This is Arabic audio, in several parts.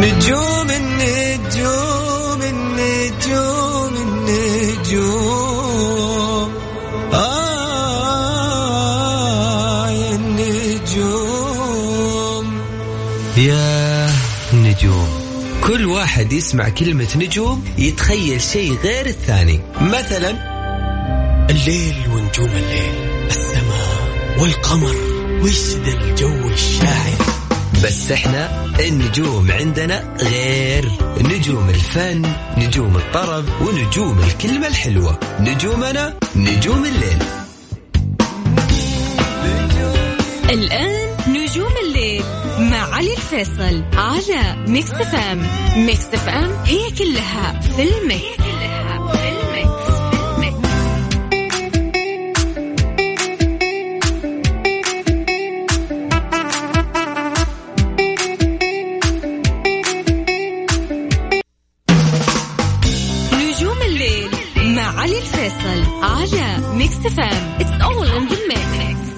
نجوم النجوم النجوم النجوم النجوم يا نجوم. كل واحد يسمع كلمة نجوم يتخيل شيء غير الثاني. مثلا الليل ونجوم الليل، السماء والقمر، وش ذا الجو الشاعر. بس احنا النجوم عندنا غير. نجوم الفن، نجوم الطرب، ونجوم الكلمة الحلوة. نجومنا نجوم الليل. الآن نجوم الليل مع علي الفيصل على ميكس فام. ميكس فام هي كلها في الميكس. نجوم الليل مع علي الفيصل على ميكس فام. It's all in the mix.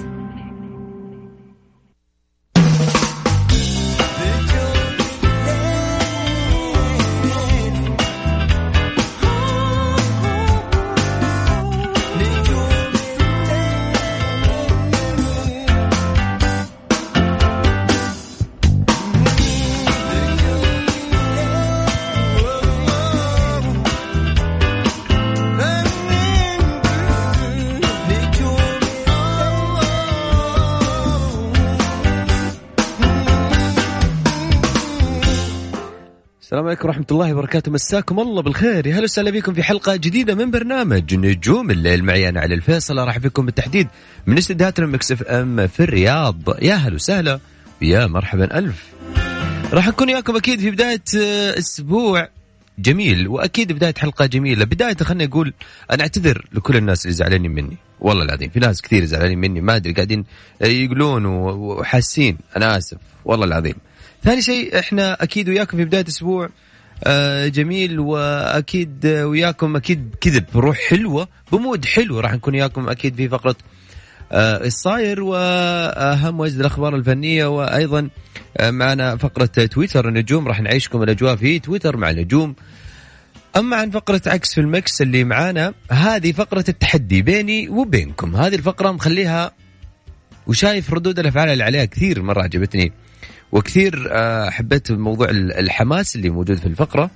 السلام عليكم ورحمة الله وبركاته. مساكم الله بالخير. يا هلا وسهلا بكم في حلقة جديدة من برنامج نجوم الليل. معي أنا علي الفيصل. راح بكم بالتحديد من استديوهات ميكس اف ام في الرياض. يا هلا وسهلا ويا مرحبا ألف. راح نكون وياكم أكيد في بداية أسبوع جميل، وأكيد بداية حلقة جميلة. بداية خلني أقول أنا أعتذر لكل الناس اللي زعلانين مني، والله العظيم في ناس كثير زعلانين مني، ما أدري قاعدين يقولون وحاسين. أنا آسف والله العظيم. ثاني شيء احنا اكيد وياكم في بداية اسبوع جميل، واكيد وياكم اكيد كذا بروح حلوة بمود حلو. راح نكون وياكم اكيد في فقرة الصاير واهم واجد الاخبار الفنية، وايضا معنا فقرة تويتر النجوم. راح نعيشكم الاجواء في تويتر مع النجوم. اما عن فقرة عكس في المكس اللي معانا، هذه فقرة التحدي بيني وبينكم. هذه الفقرة مخليها وشايف ردود الافعال اللي عليها كثير مرة عجبتني، وكثير حبيت موضوع الحماس اللي موجود في الفقرة.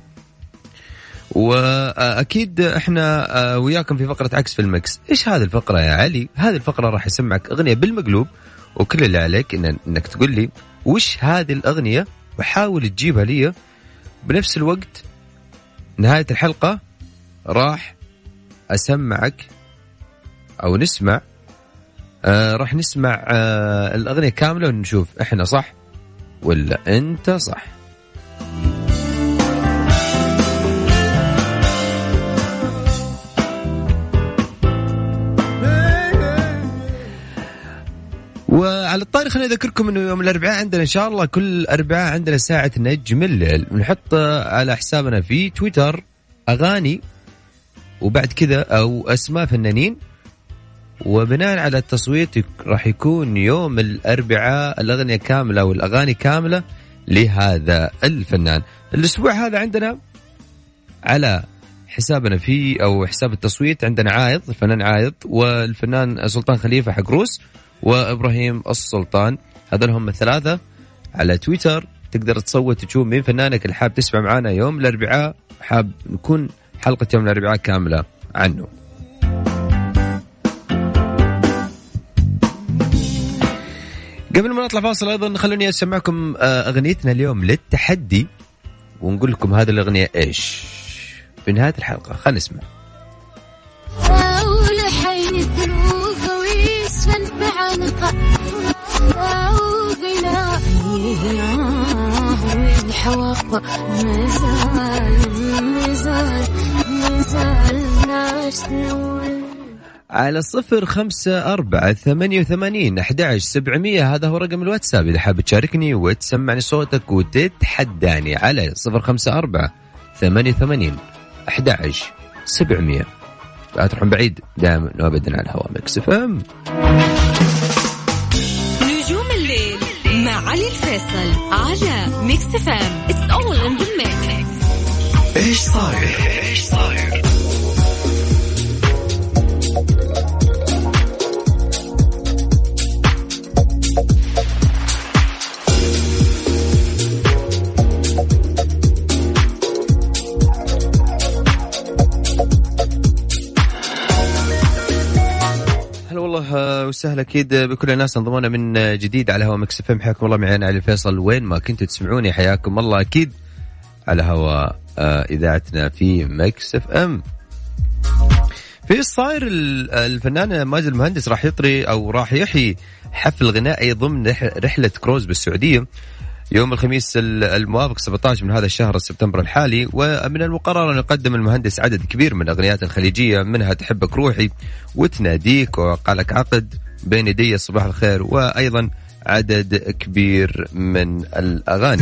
وأكيد احنا وياكم في فقرة عكس في المكس. ايش هذه الفقرة يا علي؟ هذه الفقرة راح يسمعك أغنية بالمقلوب، وكل اللي عليك انك تقول لي وش هذه الأغنية، وحاول تجيبها لي بنفس الوقت. نهاية الحلقة راح أسمعك أو نسمع راح نسمع الأغنية كاملة ونشوف احنا صح ولا انت صح. وعلى الطاري خليني أذكركم أنه يوم الأربعاء عندنا إن شاء الله، كل أربعاء عندنا ساعة نجم الليل، ونحط على حسابنا في تويتر أغاني وبعد كذا أو أسماء فنانين، وبناء على التصويت راح يكون يوم الأربعاء الأغنية كاملة والأغاني كاملة لهذا الفنان. الأسبوع هذا عندنا على حسابنا في أو حساب التصويت عندنا عايض، الفنان عايض، والفنان سلطان خليفة حق روس، وإبراهيم السلطان. هذول هم الثلاثة على تويتر. تقدر تصوت تشوف مين فنانك اللي حاب تسمع معنا يوم الأربعاء، حاب نكون حلقة يوم الأربعاء كاملة عنه. قبل ما نطلع فاصل أيضا خلوني أسمعكم أغنيتنا اليوم للتحدي، ونقول لكم هذه الأغنية إيش في نهاية الحلقة. خلينا نسمع. على 0548811700 هذا هو رقم الواتساب إذا حاب تشاركني وتسمعني صوتك وتتحداني على 0548811700. لا تروحون بعيد، دائما وابدا على الهواء ميكس فام. نجوم الليل مع علي الفيصل على ميكس فام. صاير. وسهلا أكيد بكل الناس انضمونا من جديد على هوا مكس اف ام. حياكم الله معي أنا علي الفيصل، وين ما كنتوا تسمعوني حياكم الله أكيد على هوا إذاعتنا في مكس اف ام. في الصاير الفنان ماجد المهندس راح يطري أو راح يحيي حفل غنائي ضمن رحلة كروز بالسعودية يوم الخميس الموافق 17 من هذا الشهر سبتمبر الحالي. ومن المقرر أن يقدم المهندس عدد كبير من الأغنيات الخليجية، منها تحبك روحي وتناديك وقالك عقد بين يدي صباح الخير، وأيضا عدد كبير من الأغاني.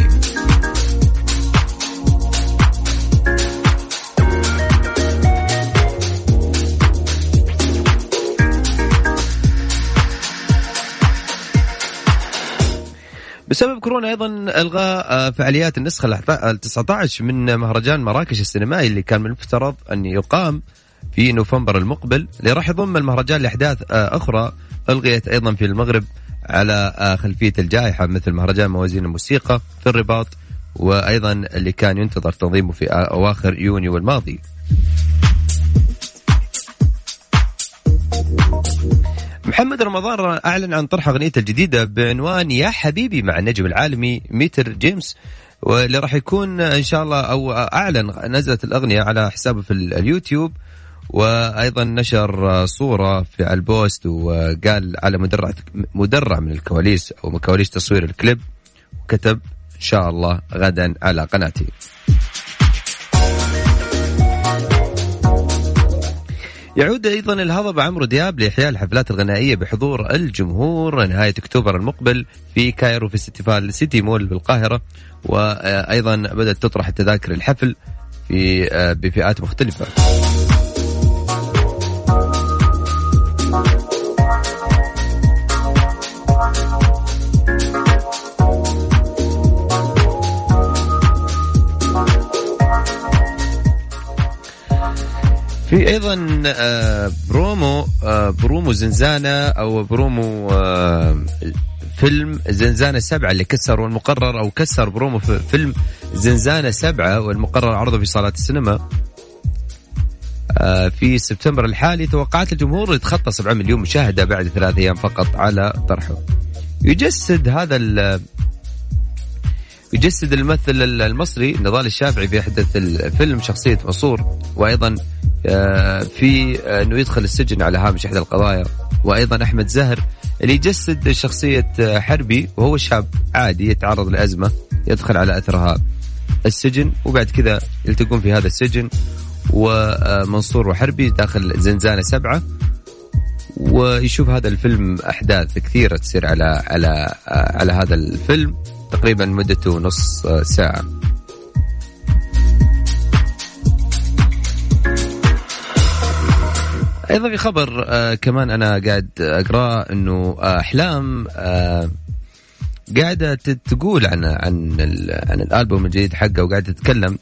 بسبب كورونا أيضا ألغى فعاليات النسخة 19 من مهرجان مراكش السينمائي اللي كان من المفترض أن يقام في نوفمبر المقبل، اللي راح يضم المهرجان لأحداث أخرى ألغيت أيضا في المغرب على خلفية الجائحة، مثل مهرجان موازين الموسيقى في الرباط، وأيضا اللي كان ينتظر تنظيمه في أواخر يونيو الماضي. محمد رمضان أعلن عن طرح أغنيته الجديدة بعنوان يا حبيبي مع النجم العالمي ميتر جيمس، واللي راح يكون إن شاء الله أو أعلن نزلت الأغنية على حسابه في اليوتيوب، وأيضا نشر صورة في البوست وقال على مدرع من الكواليس أو من كواليس تصوير الكليب، وكتب إن شاء الله غدا على قناتي. يعود أيضا الهضبة عمرو دياب لإحياء الحفلات الغنائية بحضور الجمهور نهاية أكتوبر المقبل في كايرو في ستيفال سيتي مول بالقاهرة، وأيضا بدأت تطرح التذاكر الحفل في بفئات مختلفة. في أيضا برومو زنزانة أو برومو فيلم زنزانة 7 اللي كسر، والمقرر أو كسر برومو في فيلم زنزانة 7 والمقرر عرضه في صالات السينما في سبتمبر الحالي. توقعات الجمهور يتخطى 7 مليون مشاهدة بعد 3 أيام فقط على طرحه. يجسد الممثل المصري نضال الشافعي في أحدث الفيلم شخصية منصور، وأيضا في أنه يدخل السجن على هامش إحدى القضايا، وأيضا أحمد زهر اللي يجسد شخصية حربي وهو شاب عادي يتعرض لأزمة يدخل على أثرها السجن، وبعد كذا يلتقون في هذا السجن ومنصور وحربي داخل زنزانة 7، ويشوف هذا الفيلم أحداث كثيرة تصير على هذا الفيلم، تقريبا مدته نص ساعة. أيضا في خبر كمان أنا قاعد أقرأ إنه أحلام قاعدة تقول عن الألبوم الجديد حقه، وقاعدة تتكلم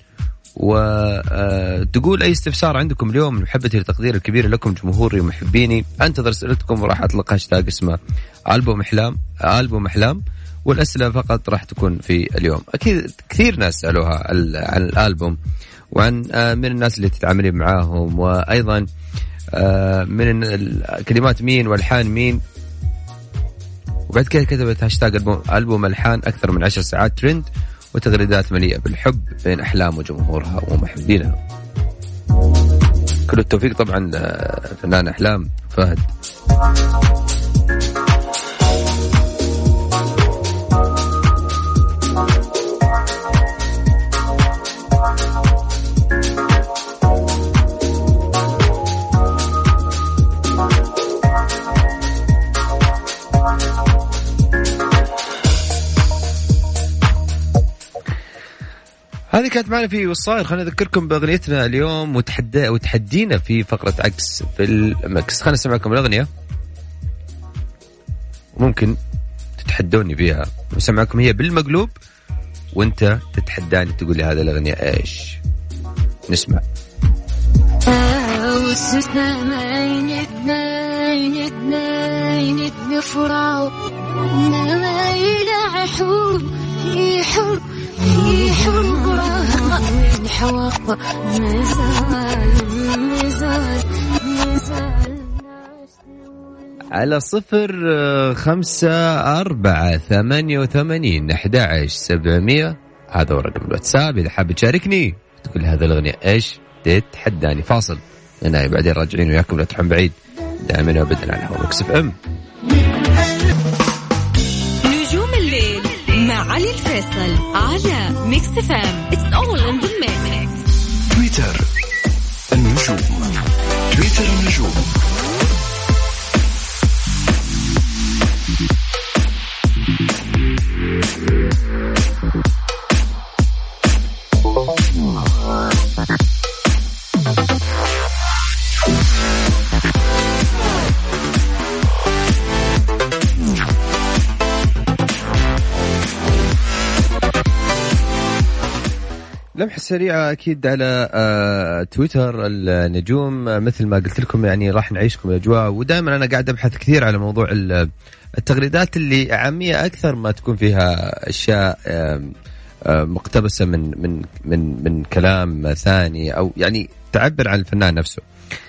وتقول أي استفسار عندكم اليوم من محبتي لتقدير الكبير لكم جمهوري ومحبيني، أنتظر أسئلتكم وراح أطلق هاشتاج اسمه ألبوم أحلام، والأسئلة فقط راح تكون في اليوم. أكيد كثير ناس سألوها عن الألبوم وعن من الناس اللي تتعاملين معاهم، وأيضا من الكلمات مين والحان مين، وبعد كده كتبت هاشتاج ألبوم ألحان أكثر من 10 ساعات ترند وتغريدات مليئة بالحب بين أحلام وجمهورها ومحبينها. كل التوفيق طبعا فنان أحلام فهد. هذه كانت معنا في والصاير. خلينا نذكركم بأغنيتنا اليوم وتحدينا في فقرة عكس في المكس. خلينا نسمعكم الأغنية وممكن تتحدوني فيها، نسمعكم هي بالمقلوب وانت تتحداني تقول لي هذه الأغنية ايش. نسمع. على 0548811700 هذا هو رقم الواتساب. إذا حاب تشاركني تقول هذا الأغنية إيش تتحداني. فاصل أنا بعدين راجعين وياكم لا تروحون بعيد. دائما وابدا على هوا ميكس اف ام. نجوم الليل مع علي الفيصل على ميكس اف ام. It's all in the mix. تويتر النجوم. تويتر النجوم. لمحة سريعة أكيد على تويتر النجوم. مثل ما قلت لكم يعني راح نعيشكم الأجواء، ودائما أنا قاعد أبحث كثير على موضوع التغريدات اللي عامية أكثر ما تكون فيها أشياء مقتبسة من كلام ثاني أو يعني تعبر عن الفنان نفسه.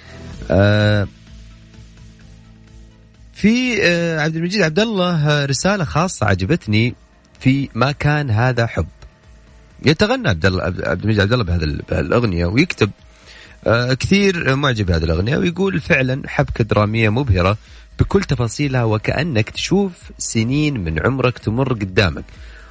في عبد المجيد عبد الله رسالة خاصة عجبتني في ما كان هذا حب. يتغنى عبد المجيد عبد الله بهالأغنية ويكتب كثير معجب بهذه الأغنية، ويقول فعلا حبكة درامية مبهرة بكل تفاصيلها، وكأنك تشوف سنين من عمرك تمر قدامك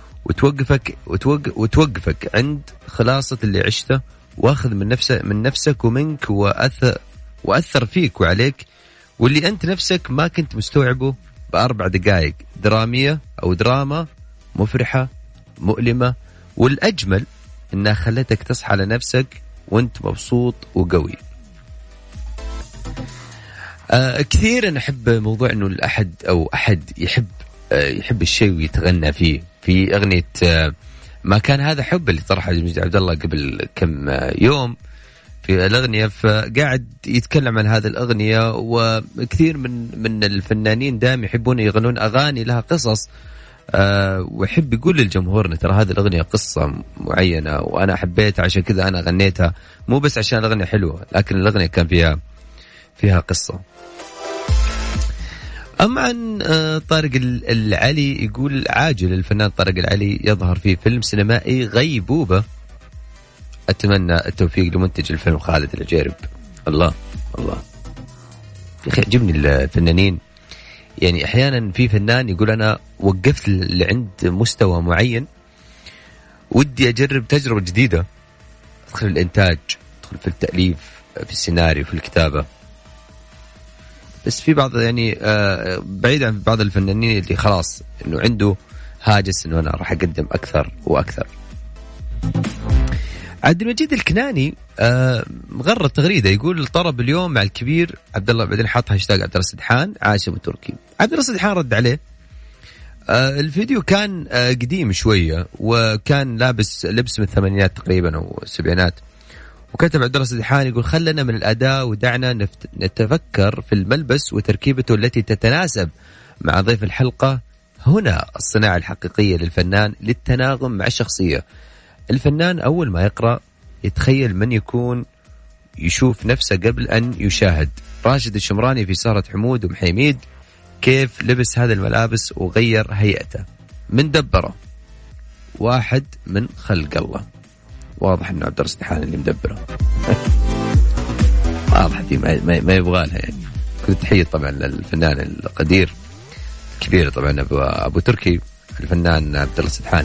وتوقفك عند خلاصة اللي عشته، واخذ من نفسك ومنك وأثر فيك وعليك، واللي أنت نفسك ما كنت مستوعبه ب4 دقائق. درامية أو دراما مفرحة مؤلمة، والأجمل إنها خلتك تصحى لنفسك وانت مبسوط وقوي. كثير أنا أحب موضوع إنه أحد يحب الشيء ويتغنى فيه. في أغنية ما كان هذا حب اللي طرحها المجيد عبد الله قبل كم يوم في الأغنية، فقاعد يتكلم عن هذه الأغنية. وكثير من الفنانين دائما يحبون يغنون أغاني لها قصص، ويحب يقول للجمهور ترى هذه الأغنية قصة معينة وأنا حبيتها عشان كذا أنا غنيتها، مو بس عشان الأغنية حلوة لكن الأغنية كان فيها قصة. أما عن طارق العلي يقول عاجل الفنان طارق العلي يظهر في فيلم سينمائي غيبوبة. أتمنى التوفيق لمنتج الفيلم خالد العجيرب. الله الله يا أخي عجبني الفنانين. يعني أحيانا في فنان يقول أنا وقفت لعند مستوى معين ودي أجرب تجربة جديدة، أدخل الإنتاج، أدخل في التأليف، في السيناريو، في الكتابة. بس في بعض يعني بعيد عن بعض الفنانين اللي خلاص إنه عنده هاجس إنه أنا راح أقدم أكثر وأكثر. عبد المجيد الكناني مغرد تغريدة يقول طرب اليوم مع الكبير عبد الله، بعدين حط هاشتاج عبد الله السدحان عاش ابو تركي. عبد الله السدحان رد عليه. الفيديو كان قديم شوية وكان لابس لبس من الثمانينات تقريبا أو السبعينات، وكتب عبد الله السدحان يقول خلنا من الأداء ودعنا نتفكر في الملبس وتركيبته التي تتناسب مع ضيف الحلقة. هنا الصناعة الحقيقية للفنان للتناغم مع الشخصية. الفنان أول ما يقرأ يتخيل من يكون يشوف نفسه قبل أن يشاهد. راشد الشمراني في سهرة حمود ومحيميد كيف لبس هذا الملابس وغير هيئته من دبره واحد من خلق الله. واضح أنه عبد الرستحان اللي مدبره. واضح دي ما يبغى لها يعني. كل تحية طبعا للفنان القدير الكبير طبعا أبو تركي الفنان عبد الله السدحان.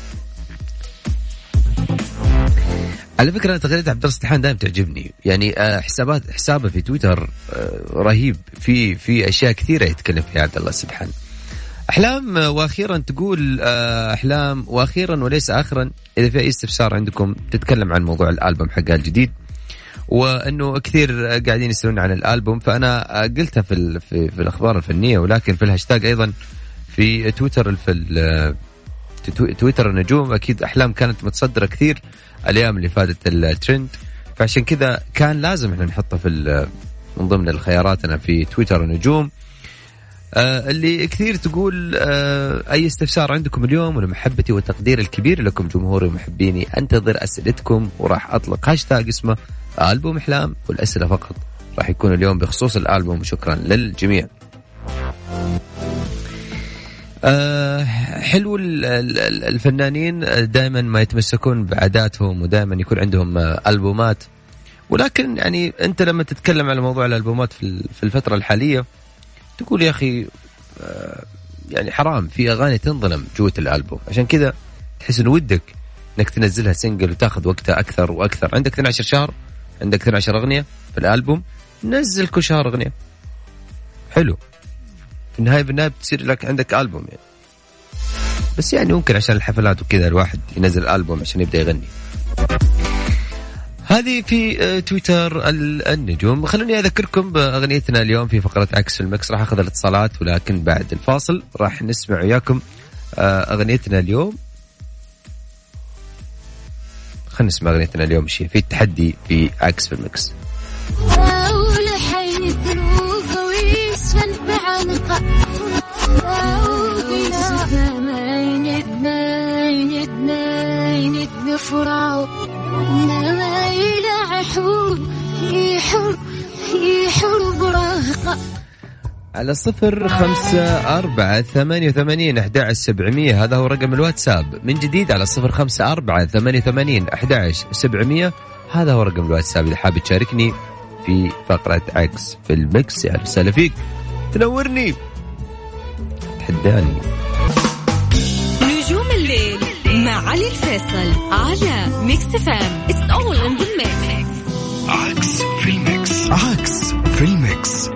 على فكرة أنا تغريدة عبد الله السدحان دائما تعجبني، يعني حسابه في تويتر رهيب، في أشياء كثيرة يتكلم فيها عبد الله السدحان. أحلام وأخيرا تقول أحلام وأخيرا وليس آخرا، إذا في أي استفسار عندكم تتكلم عن موضوع الألبوم حقها الجديد، وأنه كثير قاعدين يسألون عن الألبوم، فأنا قلتها في الأخبار الفنية، ولكن في الهاشتاج أيضا في تويتر تويتر النجوم. أكيد أحلام كانت متصدرة كثير الأيام اللي فاتت الترند، فعشان كذا كان لازم احنا نحطه من ضمن الخياراتنا في تويتر النجوم. اللي كثير تقول أي استفسار عندكم اليوم، ولمحبتي وتقدير الكبير لكم جمهوري ومحبيني أنتظر أسئلتكم، وراح أطلق هاشتاج اسمه ألبوم أحلام، والأسئلة فقط راح يكون اليوم بخصوص الألبوم. وشكرا للجميع. حلو الفنانين دائما ما يتمسكون بعاداتهم، ودائما يكون عندهم ألبومات، ولكن يعني أنت لما تتكلم على موضوع الألبومات في الفترة الحالية تقول يا أخي يعني حرام في أغاني تنظلم جوة الألبوم. عشان كذا تحس إنه ودك إنك تنزلها سينجل وتاخذ وقتها أكثر وأكثر. عندك 12 شهر، عندك 12 أغنية في الألبوم، نزل كل شهر أغنية. حلو، في النهاية بتصير لك عندك ألبوم يعني. بس يعني ممكن عشان الحفلات وكذا الواحد ينزل ألبوم عشان يبدأ يغني. هذه في تويتر النجوم. خلوني أذكركم بأغنيتنا اليوم في فقرة عكس في المكس. راح أخذ الاتصالات، ولكن بعد الفاصل راح نسمع وياكم أغنيتنا اليوم. خلينا نسمع أغنيتنا اليوم شيء في التحدي في عكس في المكس. على 0548811700 هذا هو رقم الواتساب. من جديد على 0548811700 هذا هو رقم الواتساب إذا حابب تشاركني في فقرة عكس في المكس. يا رسالة فيك، تنورني، تحداني. نجوم الليل مع علي الفيصل على ميكس فام. It's all in the mix. عكس في المكس. عكس في المكس.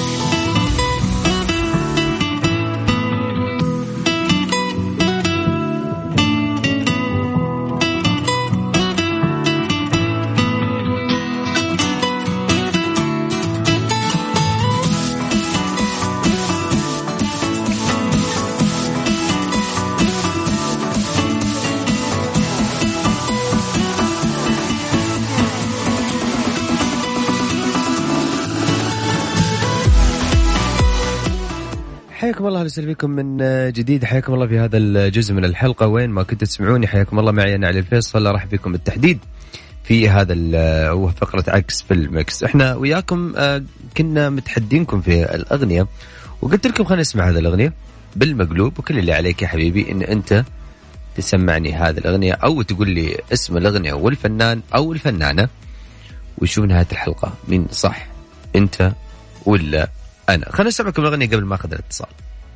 حياكم الله، وسهلا بكم من جديد. حياكم الله في هذا الجزء من الحلقة وين ما كنتوا تسمعوني. حياكم الله، معي أنا علي الفيصل. راح بكم بالتحديد في هذا فقرة عكس في المكس. احنا وياكم كنا متحدينكم في الأغنية، وقلت لكم خلينا نسمع هذا الأغنية بالمقلوب، وكل اللي عليك يا حبيبي إن أنت تسمعني هذه الأغنية أو تقول لي اسم الأغنية والفنان أو الفنانة، وشوف نهاية الحلقة مين صح، أنت ولا أنا. خلينا نسمعكم الأغنية قبل ما أخذ الاتصال.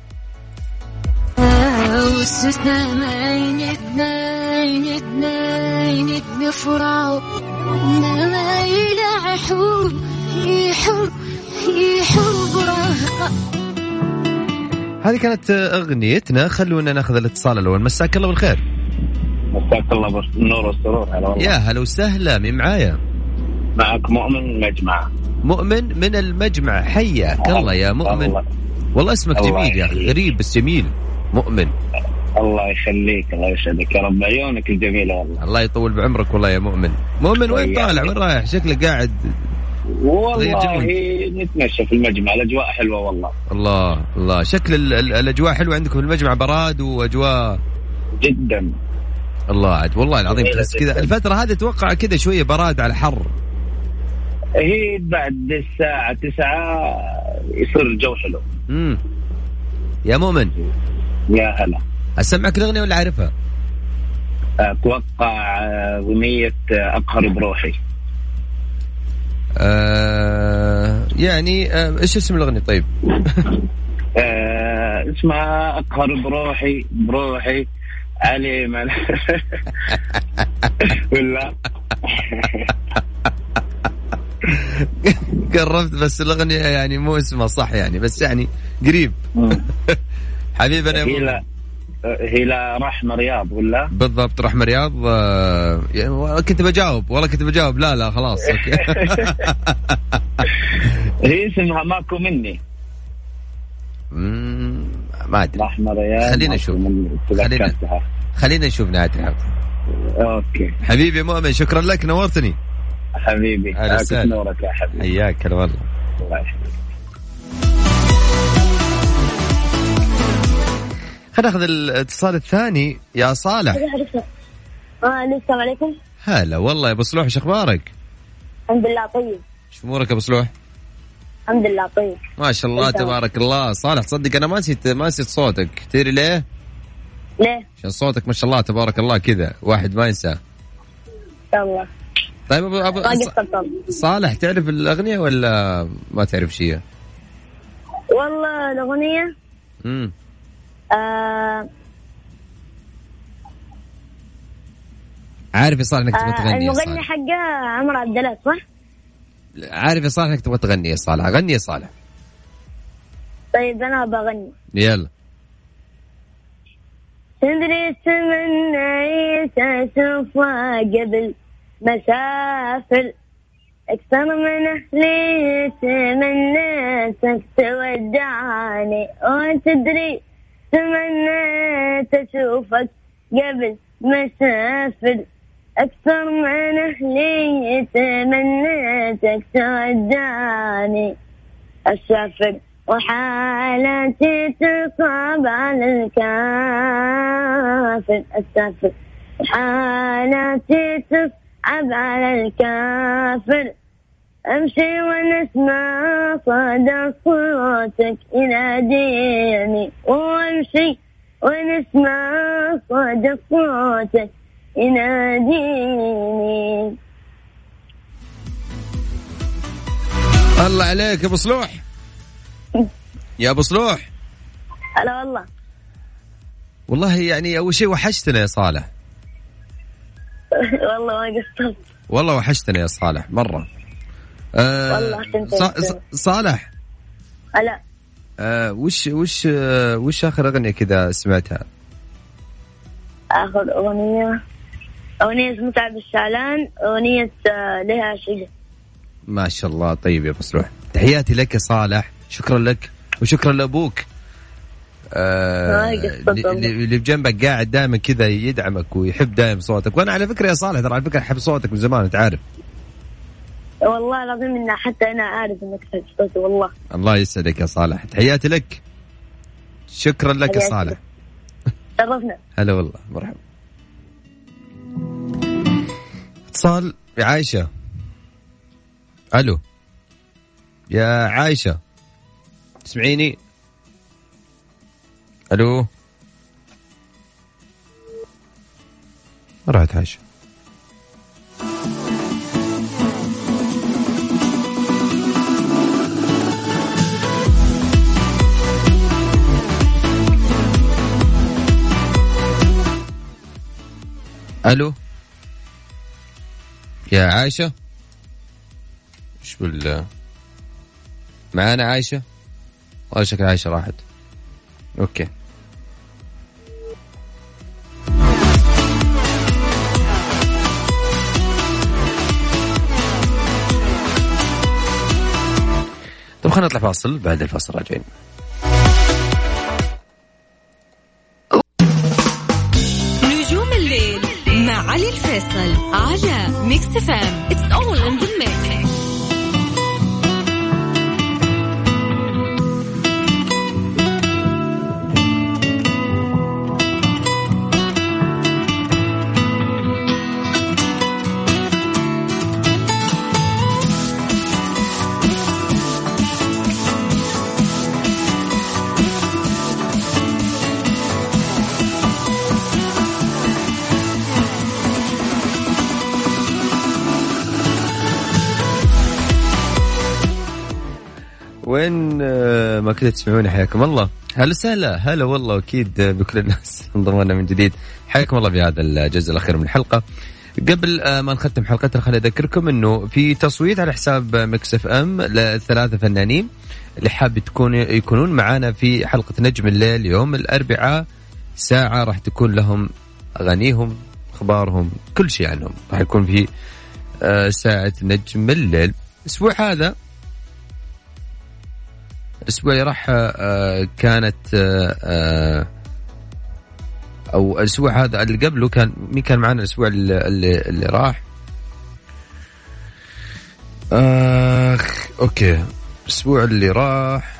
هذه كانت أغنيتنا. خلونا ناخذ الاتصال الأول. مساك الله بالخير. مساك الله بالنور والسرور. يا هلا وسهلا، مين معايا؟ معك مؤمن من المجمع. مؤمن من المجمع، حياك الله يا مؤمن. والله اسمك جميل يا أخي، غريب بس جميل. مؤمن، الله يخليك، الله يسعدك يا رب، عيونك الجميلة والله. الله يطول بعمرك والله يا مؤمن. مؤمن وين طالع، وين رايح؟ شكلك قاعد. والله نتمشى في المجمع، الأجواء حلوة والله. الله الله، شكل الأجواء حلوة عندكم في المجمع، براد وأجواء جدا. الله عاد والله العظيم تحس كذا الفترة هذه توقع كذا شوية براد على حر. هي بعد الساعة 9 يصير الجو حلو. يا مؤمن، يا هلا، أسمعك الأغنية ولا عارفها؟ أتوقع أغنية أقهر بروحي. يعني إيش اسم الأغنية طيب؟ اسمها أقهر بروحي علي من ولا قربت، بس الأغنية يعني مو اسمها صح يعني، بس يعني قريب. حبيبنا هي رحمة رياض ولا؟ بالضبط، رحمة رياض. كنت بجاوب لا خلاص أوكي. هي اسمها ماكو مني. ما أدري، رحمة رياض. خلينا نشوف نهاية الحلقة. أوكي حبيبي مؤمن، شكرا لك، نورتني. حبيبي نورك يا حبيبي. حياك والله. الله يحفظك. خلينا ناخذ الاتصال الثاني يا صالح. السلام عليكم. هلا والله يا ابو صلوح، ايش اخبارك؟ الحمد لله طيب. ايش امورك يا ابو صلوح؟ الحمد لله طيب ما شاء الله تبارك الله. صالح تصدق انا ما نسيت صوتك. تدري ليه؟ عشان صوتك ما شاء الله تبارك الله كذا واحد ما ينساه. الله. طيب ابو صالح تعرف الاغنيه ولا ما تعرف شيء؟ والله الاغنيه عارف يا صالح انك تبغى تغني. المغني حقه عمر عبد الله صح؟ عارف يا صالح انك تبغى تغني يا صالح. غني يا صالح. طيب انا بغني. يلا. تدري تمنيت اشوفها قبل مسافر اكثر من اهلي تمنيتك تودعني. وتدري تمنيت اشوفك قبل مسافر اكثر من اهلي تمنيتك تودعني. اسافر وحالتي تصعب على الكافر. اسافر وحالتي تصعب على الكافر. امشي ونسمع صدى صوتك يناديني. وامشي ونسمع صدى صوتك يناديني. الله عليك يا ابو صلوح. يا ابو صلوح. هلا والله. والله يعني اول شيء وحشتنا يا صالح. والله ما قصرت. والله وحشتنا يا صالح مره. والله صالح. هلا. وش اخر اغنيه كذا سمعتها؟ اخر اغنيه متعب الشعلان. اغنيه لها شقه. ما شاء الله. طيب يا ابو صلوح تحياتي لك يا صالح. شكرا لك وشكرا لابوك اللي بجنبك قاعد دائما كذا يدعمك ويحب دائما صوتك. وانا على فكره يا صالح ترى على فكره احب صوتك من زمان انت عارف. والله العظيم إن حتى انا عارف انك تحب صوتي والله. الله يسعدك يا صالح. تحياتي لك. شكرا لك يا صالح. شرفنا. هلا والله مرحبا. اتصال يا عايشه. الو يا عايشه تسمعيني؟ الو راحت عايشه. الو يا عايشه. ايش بالله معانا عايشه؟ والله شكل عايشه راحت. اوكي طب خلينا نطلع فاصل. بعد الفاصل راجعين. نجوم الليل مع علي الفيصل على ميكس فام. It's all in the mix. وين ما كنتوا تسمعوني حياكم الله. هلا وسهلا. هلا والله أكيد بكل الناس انضمونا من جديد. حياكم الله في هذا الجزء الأخير من الحلقة. قبل ما نختم حلقتنا خليني أذكركم إنه في تصويت على حساب ميكس اف ام لثلاثة فنانين اللي حاب يكونون معانا في حلقة نجم الليل يوم الأربعاء. ساعة راح تكون لهم أغانيهم أخبارهم كل شيء عنهم. راح يكون في ساعة نجم الليل. الأسبوع هذا الأسبوع اللي راح كانت أو الأسبوع هذا اللي قبله كان مين كان معنا الأسبوع اللي راح؟ أوكي الأسبوع اللي راح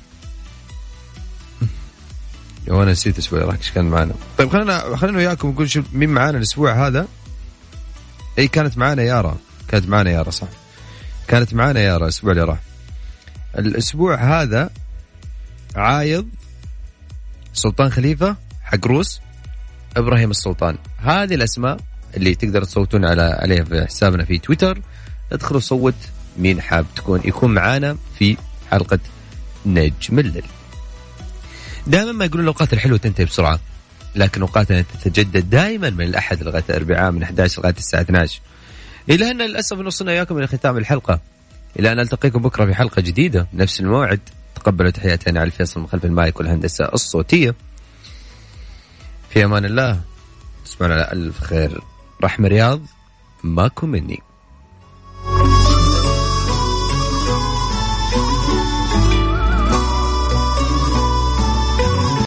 وانا نسيت الأسبوع اللي راح ايش كان معنا. طيب خلينا وياكم نقول شو مين معانا الأسبوع هذا. اي كانت معانا يارا صح، كانت معانا يارا الأسبوع اللي راح. الأسبوع هذا عايض، سلطان خليفة، حقروس، إبراهيم السلطان. هذه الأسماء اللي تقدر تصوتون عليها في حسابنا في تويتر. ادخلوا صوت مين حاب يكون معانا في حلقة نجم الليل. دائما ما يقولون الأوقات الحلوة تنتهي بسرعة، لكن أوقاتنا تتجدد دائما من الأحد لغاية الأربعاء من 11 لغاية الساعة 12. إلى أن للأسف نوصلنا إياكم إلى ختام الحلقة. إلى أن ألتقيكم بكرة في حلقة جديدة نفس الموعد. تقبلوا تحياتنا على الفيصل من خلف المايك والهندسة الصوتية. في أمان الله، تصبحون على ألف خير. رحمة رياض ماكو مني.